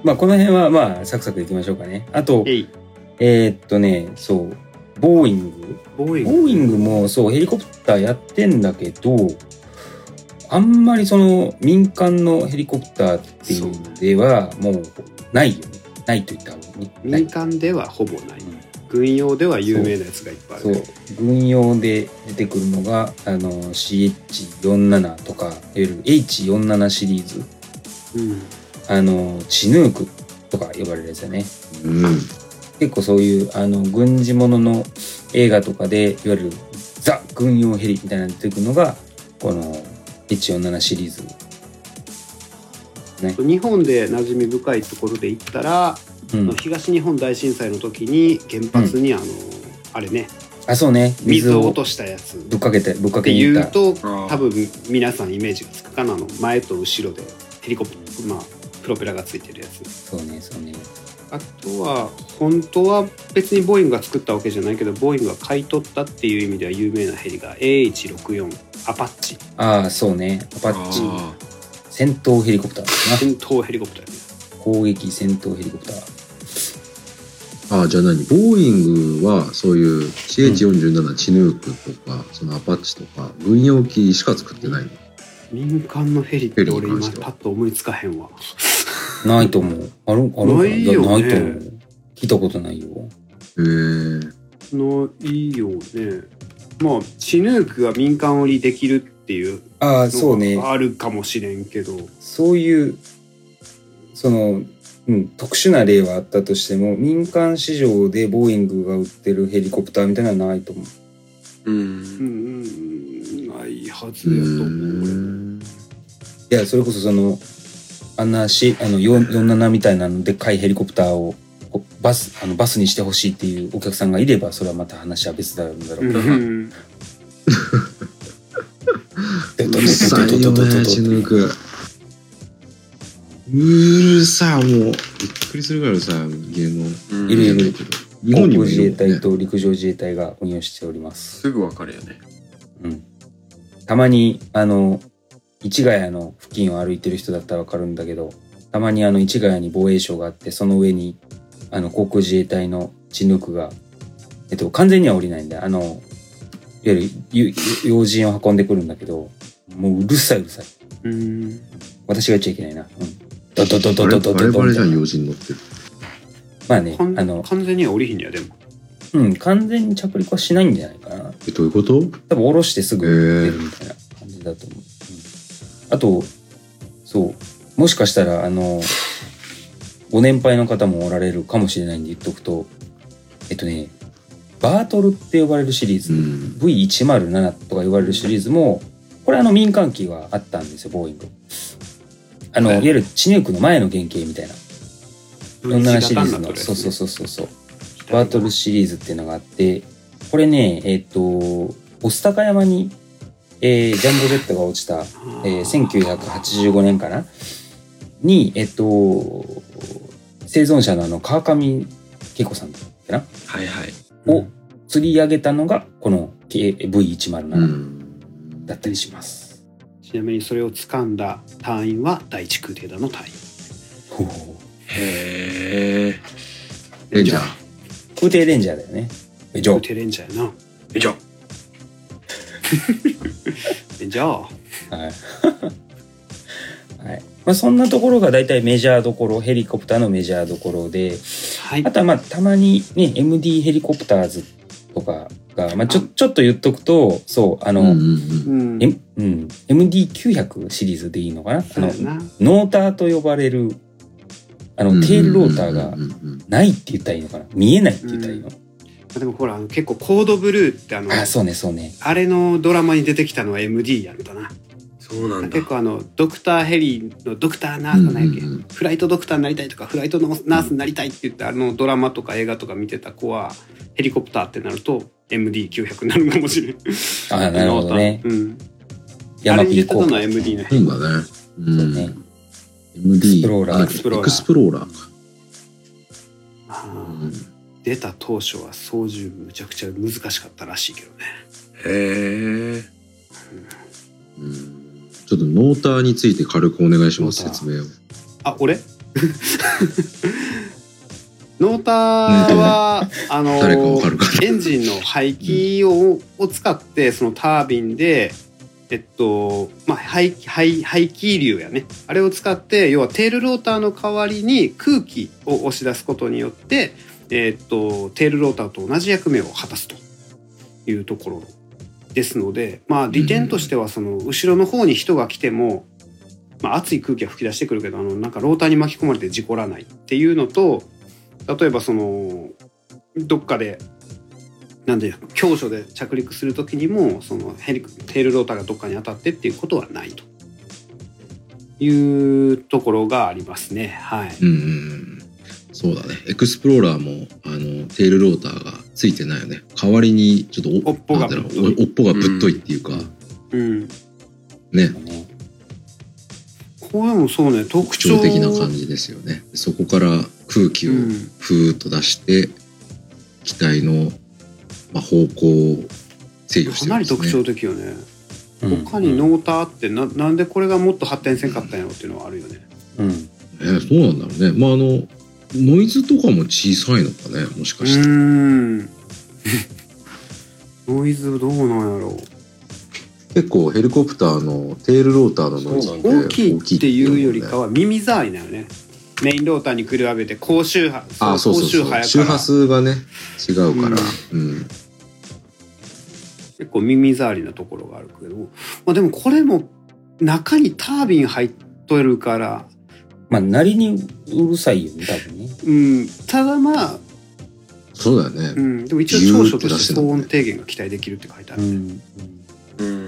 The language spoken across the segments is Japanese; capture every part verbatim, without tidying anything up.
まあこの辺はまあサクサクいきましょうかね。あとえー、っとねそうボーイングボーイングボーイングもそうヘリコプターやってんだけど、あんまりその民間のヘリコプターっていうのではもうないよね。ないと言った方がいい。 民間ではほぼない、うん、軍用では有名なやつがいっぱいある。 そうそう軍用で出てくるのがあの シーエイチよんじゅうなな とかいわゆる エイチよんじゅうなな シリーズ、うん、あのチヌークとか呼ばれるやつだね、うん、結構そういうあの軍事ものの映画とかでいわゆるザ軍用ヘリみたいなの出てくるのがこの エイチよんじゅうなな シリーズ、 ね、日本で馴染み深いところで言ったら、うん、東日本大震災の時に原発に、うん、あのあれねあそうね水を落としたやつぶっかけてぶっかけに行ったっていうと多分皆さんイメージがつくかな。の前と後ろでヘリコプター、まあ、プロペラがついてるやつ。 そうねそうね。 あとは本当は別にボーイングが作ったわけじゃないけどボーイングが買い取ったっていう意味では有名なヘリが エーエイチろくじゅうよん アパッチ。 ああそうねアパッチ戦闘ヘリコプターですな。 戦闘ヘリコプター、ね、 攻撃戦闘ヘリコプター。 ああじゃあ何ボーイングはそういう シーエイチよんじゅうなな、うん、チヌークとかそのアパッチとか軍用機しか作ってないの。 民間のヘリって俺今パッと思いつかへんわ。 ないと思う。あるあるないよね。 ないと思う。聞いたことないよ。 へえ。 ないよね。まあチヌークが民間売りできるっていうああそうねあるかもしれんけど、 そういうその、うん、特殊な例はあったとしても民間市場でボーイングが売ってるヘリコプターみたいなのはないと思う。 うん、うん、ないはずやと思う。 いやそれこそそのあんなしあのよんじゅうななみたいなのでっかいヘリコプターをバスあのバスにしてほしいっていうお客さんがいればそれはまた話は別だろうけど。うるさいよねチヌーク。うるさいもうびっくりするからさ家のいるいる日本にも自衛隊と陸上自衛隊が運用しております。 すぐわかるよね。 うん。たまにあの市ヶ谷の付近を歩いてる人だったらわかるんだけど、たまにあの市ヶ谷に防衛省があってその上にあの航空自衛隊のチヌークがえっと完全には降りないんだ。あのいわゆる要人を運んでくるんだけど、もううるさいうるさい。うん。私が言っちゃいけないな。うん。ドドドドドドドド。 バレバレじゃん要人乗ってる。 まあねあの完全には降りひんやでも。 うん完全に着陸はしないんじゃないかな。 えどういうこと？ 多分降ろしてすぐ出るみたいな感じだと思う。あとそうもしかしたらあのご年配の方もおられるかもしれないんで言っとくとえっとねバートルって呼ばれるシリーズ、うん、ブイひゃくなな とか呼ばれるシリーズもこれあの民間機はあったんですよボーイング。あの、はい、いわゆるチヌークの前の原型みたいなよんじゅうななシリーズの、ね、そうそうそうそうそうバートルシリーズっていうのがあってこれねえっと御巣鷹山にえー、ジャンボジェットが落ちた、えー、せんきゅうひゃくはちじゅうごねんかなに、えっと、生存者のあの川上恵子さんだっけな、 はいはい、 を釣り上げたのがこの ブイひゃくなな だったりします。 ちなみにそれを掴んだ隊員は第一空挺団の隊員。 ほうへーレンジャー空挺レンジャーだよね。 空挺レンジャーやな。 レンジャーじゃあ、はいはいまあ、そんなところがだいたいメジャーどころヘリコプターのメジャーどころで、はい、あとはまあたまにね エムディー ヘリコプターズとかが、まあ、ちょ, ちょっと言っとくとそうあの、うんうんM うん、エムディーきゅうひゃく シリーズでいいのかな、あのノーターと呼ばれるあのテールローターがないって言ったらいいのかな、見えないって言ったらいいの、 でもほら結構コードブルーってあのあそうねそうねあれのドラマに出てきたのは エムディー やったな。 そうなんだ。 結構あのドクターヘリのドクターナースなんやっけ、うんうん、フライトドクターになりたいとかフライトのナースになりたいって言って、あのドラマとか映画とか見てた子はヘリコプターってなると エムディーきゅうひゃく になるかもしれん。 あなるほどね。 うん。あれに出てたのは エムディー のヘリ。 そうだね。うん。そうね。エムディー エクスプローラー。エクスプローラーか。 あうん出た当初は操縦むちゃくちゃ難しかったらしいけどね。 へえ、 うん。ちょっとノーターについて軽くお願いします。説明を。 あ、俺ノータはあの誰かわかるかな。 エンジンの排気をを使ってそのタービンでえっとまあ排気排排気流やね、あれを使って要はテールローターの代わりに空気を押し出すことによってえっとテールローターと同じ役目を果たすというところですので、まあ利点としてはその後ろの方に人が来ても、まあ、熱い空気が吹き出してくるけどあのなんかローターに巻き込まれて事故らないっていうのと、例えばそのどっかでなんで強所で着陸するときにもそのヘリテールローターがどっかに当たってっていうことはないというところがありますね。はい。 うんうん、そうだね。エクスプローラーもあのテールローターがついてないよね。代わりにちょっとおっぽがぶっとい、 おっぽがぶっといっていうか、 うん、 ね。 これもそうね、特特徴的な感じですよね。そこから空気をふーっと出して、うん、機体の、まあ、方向を制御してるんですね。 かなり特徴的よね。他にノーターってな、なんでこれがもっと発展せんかったんやろっていうのはあるよね。 うん。 えー、そうなんだろうね。まああのノイズとかも小さいのかね、もしかして。 うーんノイズどうなんやろう。 結構ヘリコプターのテールローターのノイズって大きいっていうよりかは耳障りなのね。メインローターに比べて高周波、 あ、そうそうそう、 高周波やから周波数がね違うから、うんうん、 結構耳障りなところがあるけど、まあ、でもこれも中にタービン入っとるからまあ鳴りにうるさいよね多分ね。 うん、ただまあそうだよね、 うん、でも一応長所として騒音低減が期待できるって書いてある、うんうんうん、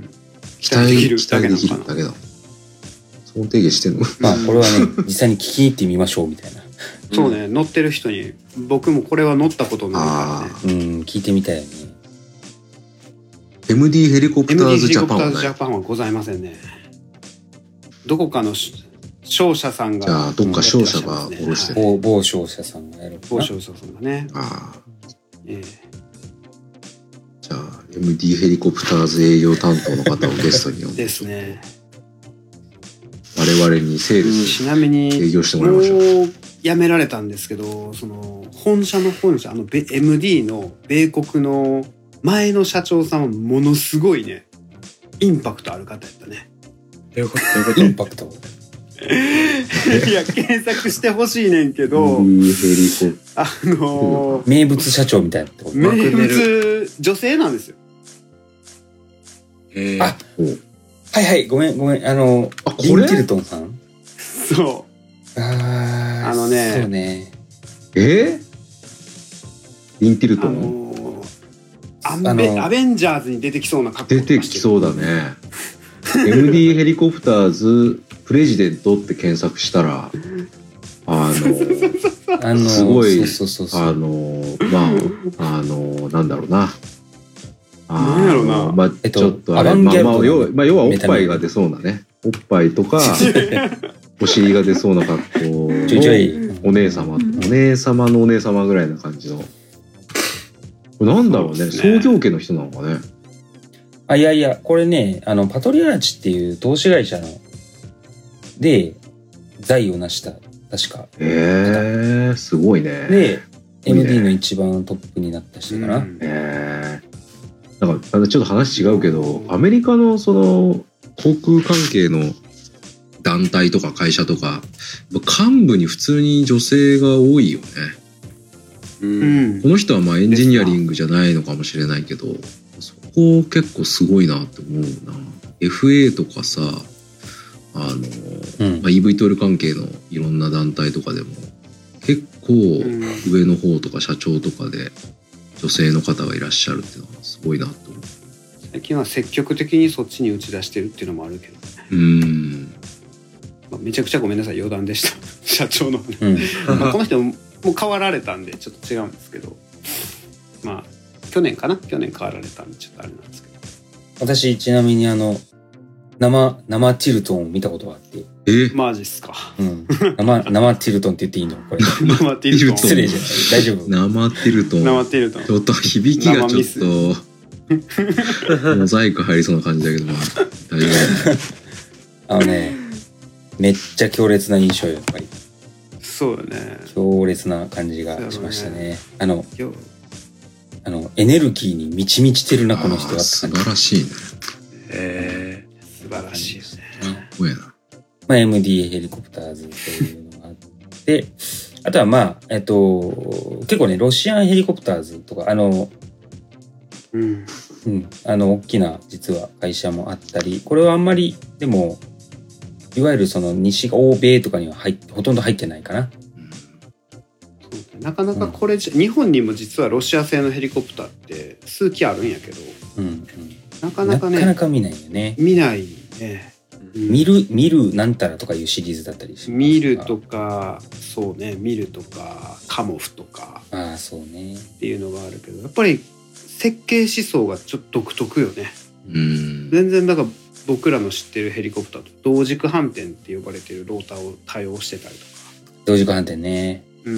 期待できる期待できるだけだ。騒音低減してんのまあこれはね実際に聞きに行ってみましょうみたいな。 そうね、乗ってる人に僕もこれは乗ったことないからね、 うん、聞いてみたいよね。 エムディー ヘリコプターズジャパンはエムディー ヘリコプターズジャパンはございませんね。どこかの商社さんが、 じゃあどっか商社が下ろしてる、 某某商社さんがやる某商社さんがね。 ああ、 ええ、 じゃあ エムディー ヘリコプターズ営業担当の方をゲストに呼んでですね。 我々にセールス、 ちなみに営業してもらいましょう。 もうやめられたんですけど、その本社の本社あの エムディー の米国の前の社長さんはものすごいねインパクトある方やったね。 どういうことどういうことインパクトいや検索してほしいねんけど、 エムディー ヘリコあのー、 名物社長みたいなってこと。 名物女性なんですよ。 えー、 あ、はいはい、ごめんごめん、あのあ、これリン・ティルトンさん。 そう。 ああのね、 そうね。 えー、リン・ティルトン、 あのー、アンベ、あのー、アベンジャーズに出てきそうな格好出てきそうだね。エムディー ヘリコプターズプレジデントって検索したら、あのあのすごい、 そうそうそうそう、 あのまああのなんだろうな、あなんやろうな、 まあ、 えっとちょっとあれ、 アバンギャルドまあまあ、要は、まあ、要はおっぱいが出そうなね、おっぱいとかお尻が出そうな格好のちょいちょいお姉様、お姉様のお姉様ぐらいな感じの、これなんだろうね、創業家の人なのかね。 あ、いやいや、これね、あのパトリアーチっていう投資会社ので財を成した確か。 へえー、すごいね。 で、エムディー の一番トップになった人かな。 へえー。なんかあのちょっと話違うけど、アメリカのその航空関係の団体とか会社とか幹部に普通に女性が多いよね。 うん、 この人はまあエンジニアリングじゃないのかもしれないけど、そこ結構すごいなって思うな。エフエー とかさ、あの、うんまあ、イーブイ トール関係のいろんな団体とかでも結構上の方とか社長とかで女性の方がいらっしゃるっていうのはすごいなと思う。 最近は積極的にそっちに打ち出してるっていうのもあるけど、ね、 うーん、 まあ、めちゃくちゃごめんなさい余談でした社長の、うんうんまあ、この人もう変わられたんでちょっと違うんですけど、まあ去年かな去年変わられたんでちょっとあれなんですけど、 私ちなみにあの生生ティルトンを見たことがあって。 えマジっすか。 うん、生生ティルトンって言っていいのこれ。 生ティルトン失礼じゃない大丈夫。 生ティルトン、 生ティルトンちょっと響きがちょっとモザイク入りそうな感じだけど、まあ大丈夫。 あのねめっちゃ強烈な印象よやっぱり。 そうよね。 強烈な感じがしましたね。 ねあのよあのエネルギーに満ち満ちてるなこの人はって素感じ。 晴らしいね。 へ素晴らしいですね。 おやな。 まあ、エムディー ヘリコプターズというのがあってあとはまあえっと結構ねロシアンヘリコプターズとかあのうん。 うん、あの大きな実は会社もあったり、これはあんまりでもいわゆるその西欧米とかには入ってほとんど入ってないかな。 そうなかなかこれじゃ、うん、日本にも実はロシア製のヘリコプターって数機あるんやけど、 うんうん、 なかなかねなかなか見ないよね。 見ないね。 うん、見る見るなんたらとかいうシリーズだったりしますか。 見るとかそうね見るとかカモフとかああそうねっていうのがあるけどやっぱり設計思想がちょっと独特よね。 うん全然だから僕らの知ってるヘリコプターと同軸反転って呼ばれてるローターを対応してたりとか、 同軸反転ね、 うん、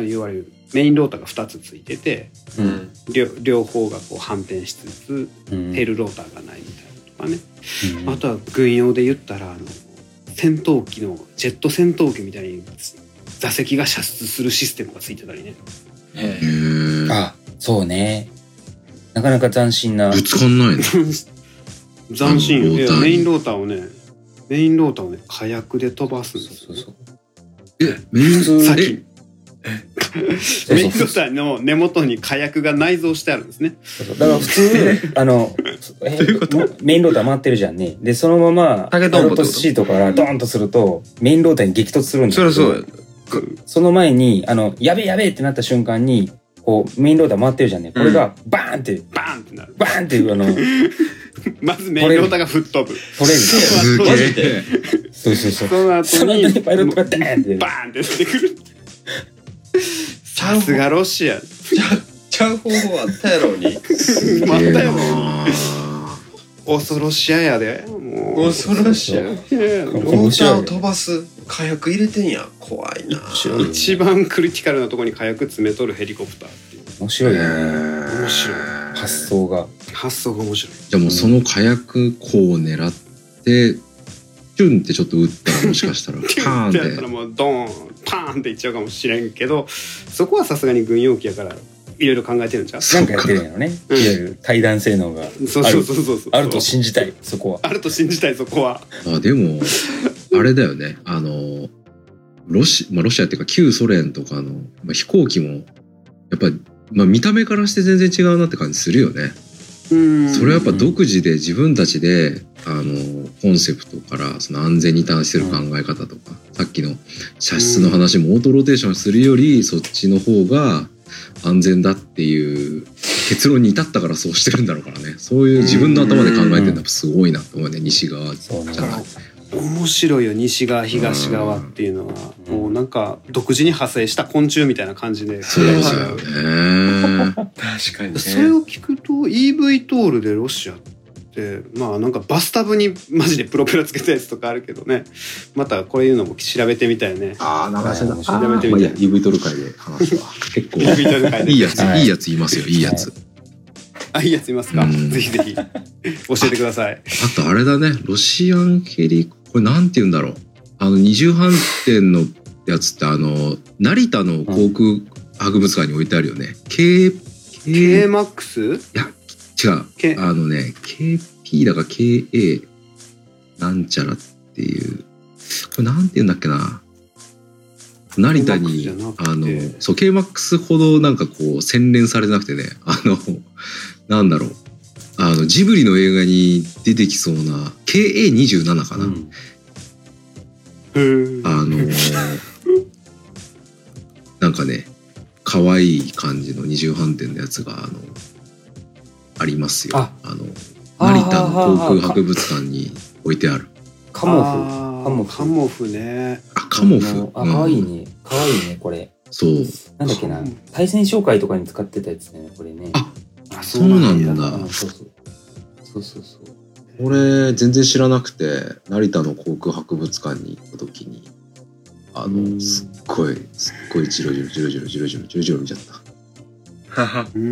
いわゆるメインローターがふたつついてて、 うん、 両, 両方がこう反転しつつ、うん、テールローターがないみたいなとかね、うん、あとは軍用で言ったらあの戦闘機のジェット戦闘機みたいに座席が射出するシステムがついてたりね。 へーあそうねなかなか斬新な。 ぶつかんないの斬新よ。いやメインローターをねメインローターをね火薬で飛ばすんですよ。そうそうそうえメイン先メインローターの根元に火薬が内蔵してあるんですね。 そうそうだから普通あのメインローター回ってるじゃんね。でそのまま竹とんぼってことシートからドーンとするとメインローターに激突するんだけど、 そりゃそうや。 その前にあのやべえやべえってなった瞬間にこうメインローター回ってるじゃんね。これがバーンってバーンってなる。 バーンっていうあのまずメインローターが吹っ飛ぶ。 取れる。 すげえ。 そうそうそう。 その後その後ににパイロットがダーンってバーンって出てくる。さすがロシア。 ちゃう方法あったやろに。 またよ。恐ろしややで。もう恐ろしや。ロー面白いターを飛ばす火薬入れてんや。怖いな。 一番クリティカルなところに火薬詰めとるヘリコプターっていう。 面白いよね。 面白い。 発想が。 発想が面白い。 じゃあもうその火薬庫を狙ってチュンってちょっと撃ったらもしかしたらパーンってやったらもうドーンパーンっていっちゃうかもしれんけど、そこはさすがに軍用機やからいろいろ考えてるんちゃう。 なんかやってるんやろね。いわゆる対弾性能がある。 そうそうそうそうそう。 あると信じたいそこは。 あると信じたいそこは。 あでもあれだよね。あのロシ、まあ、ロシアっていうか旧ソ連とかの、まあ、飛行機もやっぱり、まあ、見た目からして全然違うなって感じするよね。 うんそれはやっぱ独自で自分たちであのコンセプトからその安全に対する考え方とか、うん、さっきの射出の話もオートローテーションするよりそっちの方が安全だっていう結論に至ったからそうしてるんだろうからね。そういう自分の頭で考えてるのはすごいなと思うね。西側じゃない。 面白いよ西側東側っていうのは、うん、もうなんか独自に派生した昆虫みたいな感じで。 そうですよね。 確かにね。 それを聞くと イーブイ トールでロシアってまあなんかバスタブにマジでプロペラつけたやつとかあるけどね。またこういうのも調べてみたいね。 ああ流せだ。 調べてみたい。 イーブイ トール会で話すわ。結構イーブイ トール会でいいやつ、はい、いいやつ言いますよ。いいやつ。 あいいやついますか。ぜひぜひ教えてください。 あとあれだね。ロシアンヘリこれなんて言うんだろう。あの二重反転のやつってあの成田の航空博物館に置いてあるよね。K K マックス？いや違う。K、あのね ケーピー だか ケーエー なんちゃらっていうこれなんて言うんだっけな。成田にあのそう K マックスほどなんかこう洗練されてなくてね。あのなんだろう。あのジブリの映画に出てきそうな ケーエーにじゅうなな かな、うん、あのー、なんかね可愛い感じの二重反転のやつがあのありますよ。ああの成田の航空博物館に置いてあるカモフカモフカモフね。 あカモフあ可愛いね可愛いねこれ。 そうなんだっけな対戦紹介とかに使ってたやつねこれね。 ああそうなんだ。 そうそうそうそうそう。 俺全然知らなくて成田の航空博物館に行った時にあのすっごいすっごいジロジロジロジロジロジロジロジロ見ちゃった。 うん。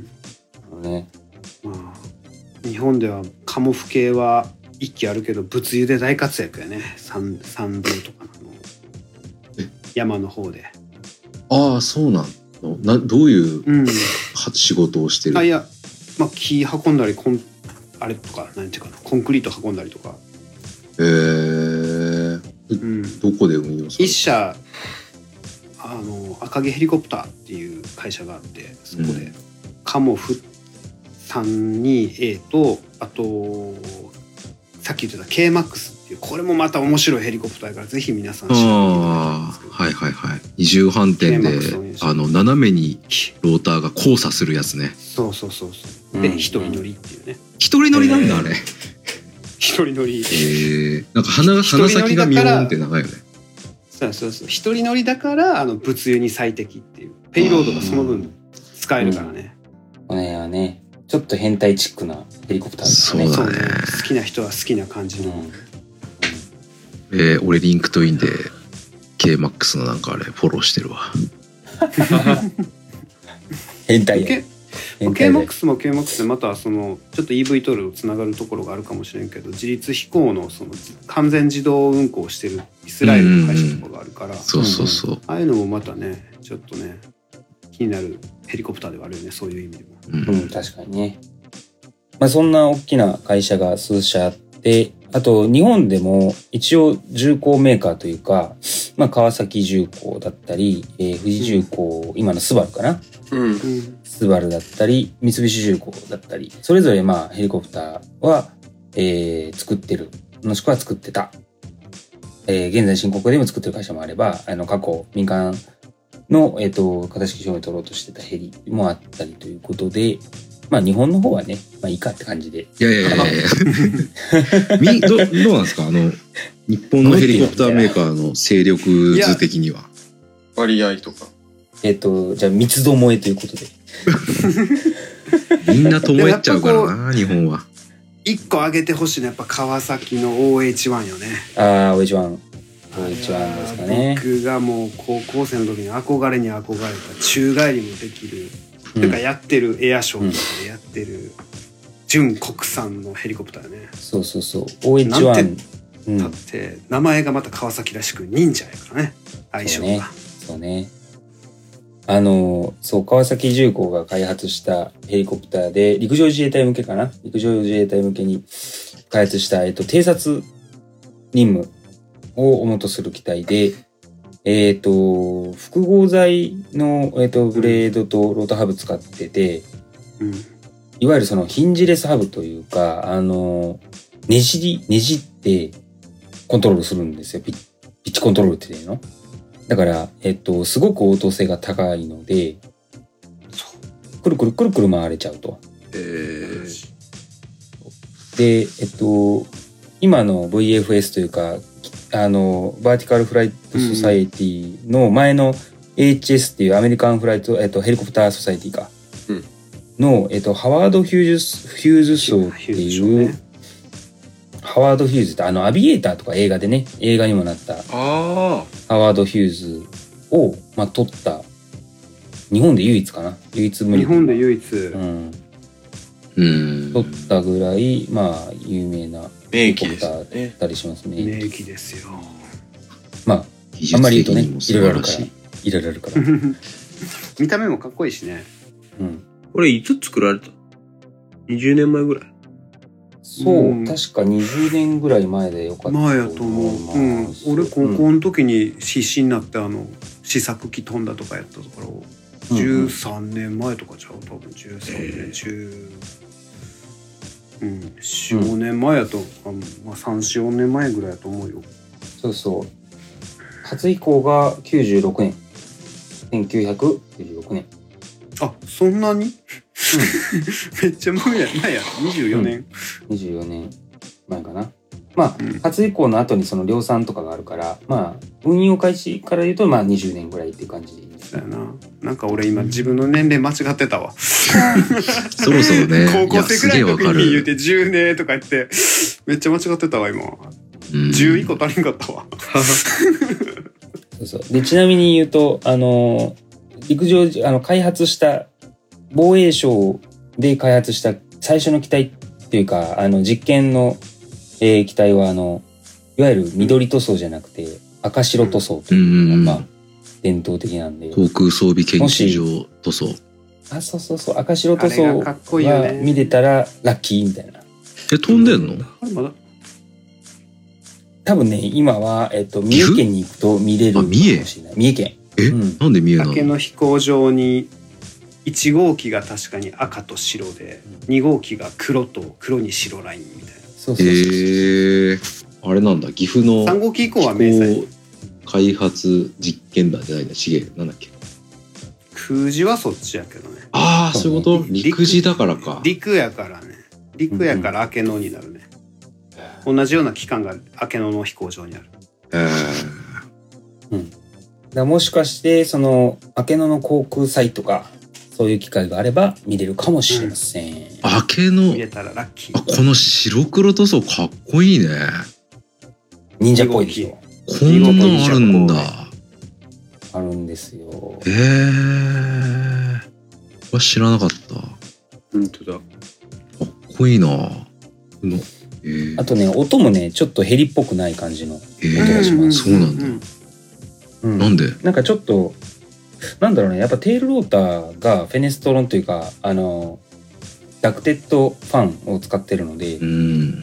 あのね。 まあ日本ではカモフ系は一機あるけど物流で大活躍やね。サンサンドとかの。 え山の方で。 ああ、そうなの。などういううん。 仕事をしてる？ あ、いや、まあ、木運んだり、コンあれとか、なんていうかな、コンクリート運んだりとか。 えー、 うん。 どこで運用される？ 一社、あの、赤城ヘリコプターっていう会社があって、そこで、 うんカモフ さんじゅうにエー と、あと、さっき言ってた ケーマックス っていう、これもまた面白いヘリコプターやからぜひ皆さん調べていただきたいんですけど、 はいはいはい。二重反転でケーマックス の演習あの斜めにローターが交差するやつね。 そうそうそうそうで、 うん一人乗りっていうね、 一人乗りなんだあれ。 一人乗り、 えー、なんか鼻一人乗り鼻先がミョーンって長いよね。 そうそうそう、一人乗りだからあの物流に最適っていう、ペイロードがその分使えるからね、 これはね、ちょっと変態チックなヘリコプターですね。 そうだねそうね、好きな人は好きな感じの、 うんえー、俺リンクトインで ケーマックス のなんかあれフォローしてるわ。 変態や。 ケ変態だ。 ーマックス も ケーマックス でまたそのちょっと イーブイ トールとつながるところがあるかもしれんけど、自律飛行のその完全自動運行してるイスラエルの会社とかがあるから、 そうそうそう。 ああいうのもまたね、ちょっとね気になるヘリコプターではあるよね、そういう意味でも。 うんうん、確かにね。まあそんな大きな会社が数社あって、あと日本でも一応重工メーカーというか、まあ川崎重工だったり、えー、富士重工、今のスバルかな、 うん。 うんスバルだったり、三菱重工だったり、それぞれまあヘリコプターは、えー、作ってる、もしくは作ってた。えー、現在進行形でも作ってる会社もあれば、あの過去民間の、えっと、型式証明を取ろうとしてたヘリもあったりということで、まあ日本の方はね、まあいいかって感じで。 いやいやいやいやみどどうなんですか、あの日本のヘリコプターメーカーの勢力図的には。 割合とか。 えっと、じゃあ三つどもえということで。 みんなともえっちゃうからな、日本は。 一個上げてほしいのはやっぱ川崎の オーエイチワン よね。 ああ、オーエイチワン。オーエイチワンですかね。 僕がもう高校生の時に憧れに憧れた宙返りもできる、 うんとかやってるエアショーとかでやってる純国産のヘリコプターね。 そうそうそう。オーエイチワン。うんだって名前がまた川崎らしく忍者やからね、相性が。 そうね。あの、そう、川崎重工が開発したヘリコプターで、陸上自衛隊向けかな、陸上自衛隊向けに開発した、えっと、偵察任務を主とする機体で、えっと、複合材の、えっと、ブレードとローターハブ使ってて、 うんいわゆるそのヒンジレスハブというか、あの、ねじり、ねじってコントロールするんですよ。ピッ、ピッチコントロールっていうの。だから、えっと、すごく応答性が高いので、くるくるくるくる回れちゃうと。 えー、 で、えっと、今の ブイエフエス というか、あの、バーティカルフライトソサイティの前の エイチエス っていうアメリカンフライト、えっと、ヘリコプターソサイティか。 うんの、えっと、ハワード・ヒューズ、フューズ層ってヒューズいう、 賞ねハワード・ヒューズってあの、アビエーターとか映画でね、映画にもなったあハワード・ヒューズを、まあ、撮った日本で唯一かな、唯一無二日本で唯一、 うん、 うん。 撮ったぐらいまあ有名な名機ですヘリコプターだねったりしますね。 名機ですよ。 まあ技あんまり言うとね術的にも素晴らしい。 いろいろあるから、 見た目もかっこいいしね。 うん、 これいつ作られた？にじゅうねんまえぐらい。 そう、 うん確かにじゅうねんぐらい前でよかった前やと思う。うん、俺高校の時に必死になってあの試作機飛んだとかやったところ、 うんじゅうさんねんまえとかちゃう、多分じゅうさんねん、 えーじゅう、うん、よん、ごねんまえやと、あまあさん、よんねんまえぐらいやと思うよ。 そうそう初以降がきゅうじゅうろくねんせんきゅうひゃくきゅうじゅうろくねんあ、そんなに？めっちゃ前や、前や、にじゅうよねん。 にじゅうよねんまえかな。まあ、 うん初以降の後にその量産とかがあるからまあ運用開始から言うとまあにじゅうねんぐらいっていう感じですだよな。なんか俺今自分の年齢間違ってたわ。 そろそろね。 高校生くらいの時やすげえわかる。 に言うてじゅうねんとか言ってめっちゃ間違ってたわ今。 うんじゅう以降足りんかったわ。 そうそうでちなみに言うとあの陸上あの開発した防衛省で開発した最初の機体っていうかあの実験の、えー機体はあのいわゆる緑塗装じゃなくて赤白塗装というのが、まあ伝統的なんで。 航空装備研究所塗装。 あ、そうそうそう、赤白塗あれ装がかっこいいよがね見れたらラッキーみたいな。 え、飛んでんの？ あれまだ多分ね、今は、えっと、三重県に行くと見れるかもしれない。三重県。 え、 うん、 なんで見えないの？ 明の飛行場にいち号機が確かに赤と白で、に号機が黒と黒に白ラインみたいな。 そうそうそうそう。 えー、あれなんだ、岐阜のさん号機以降は明細。 開発実験団じゃないんだ、資源なんだっけ。 空自はそっちやけどね。 ああ、そういうこと？ 陸陸自だからか。 陸やからね。陸やから明野になるね。同じような機関が明野の飛行場にある。 えー、 うん。だからもしかしてその明野の航空祭とかそういう機会があれば見れるかもしれません。うん、 明野。 見れたらラッキー。 あ、この白黒塗装かっこいいね。 忍者っぽいでしょ。 こんなのあるんだ。 あるんですよ。 えー、これ知らなかった。 本当だ。かっこいいな。このえー、 あとね、音もね、ちょっとヘリっぽくない感じの音がします。 そうなんだ。うん、なんで？ なんかちょっと、なんだろうね、やっぱテールローターがフェネストロンというか、あの、ダクテッドファンを使ってるので、 うん、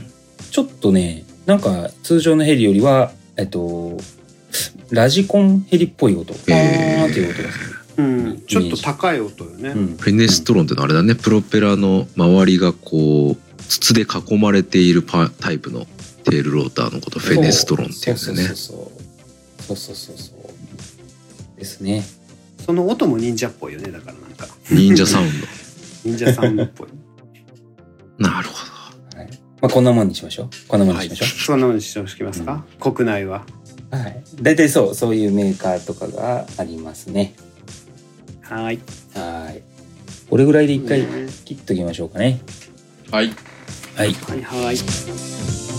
ちょっとね、なんか通常のヘリよりは、えっと、ラジコンヘリっぽい音、パーンっていう音がする。 うん、ちょっと高い音よね、うん、 フェネストロンってのあれだね、プロペラの周りがこう筒で囲まれているパタイプのテールローターのことフェネストロンっていうんだよね。 そうそうそうそうそうですね。 その音も忍者っぽいよね。だからなんか忍者サウンド忍者サウンドっぽいなるほど、はい、まあ、こんなもんにしましょう。こんなもんにしましょう、はい、 そんなもんにしておきますか、うん、国内は。 はい、大体そうそういうメーカーとかがありますね。 はいはい。これぐらいで一回切っときましょうかね。 はい。 はい。 はいはい。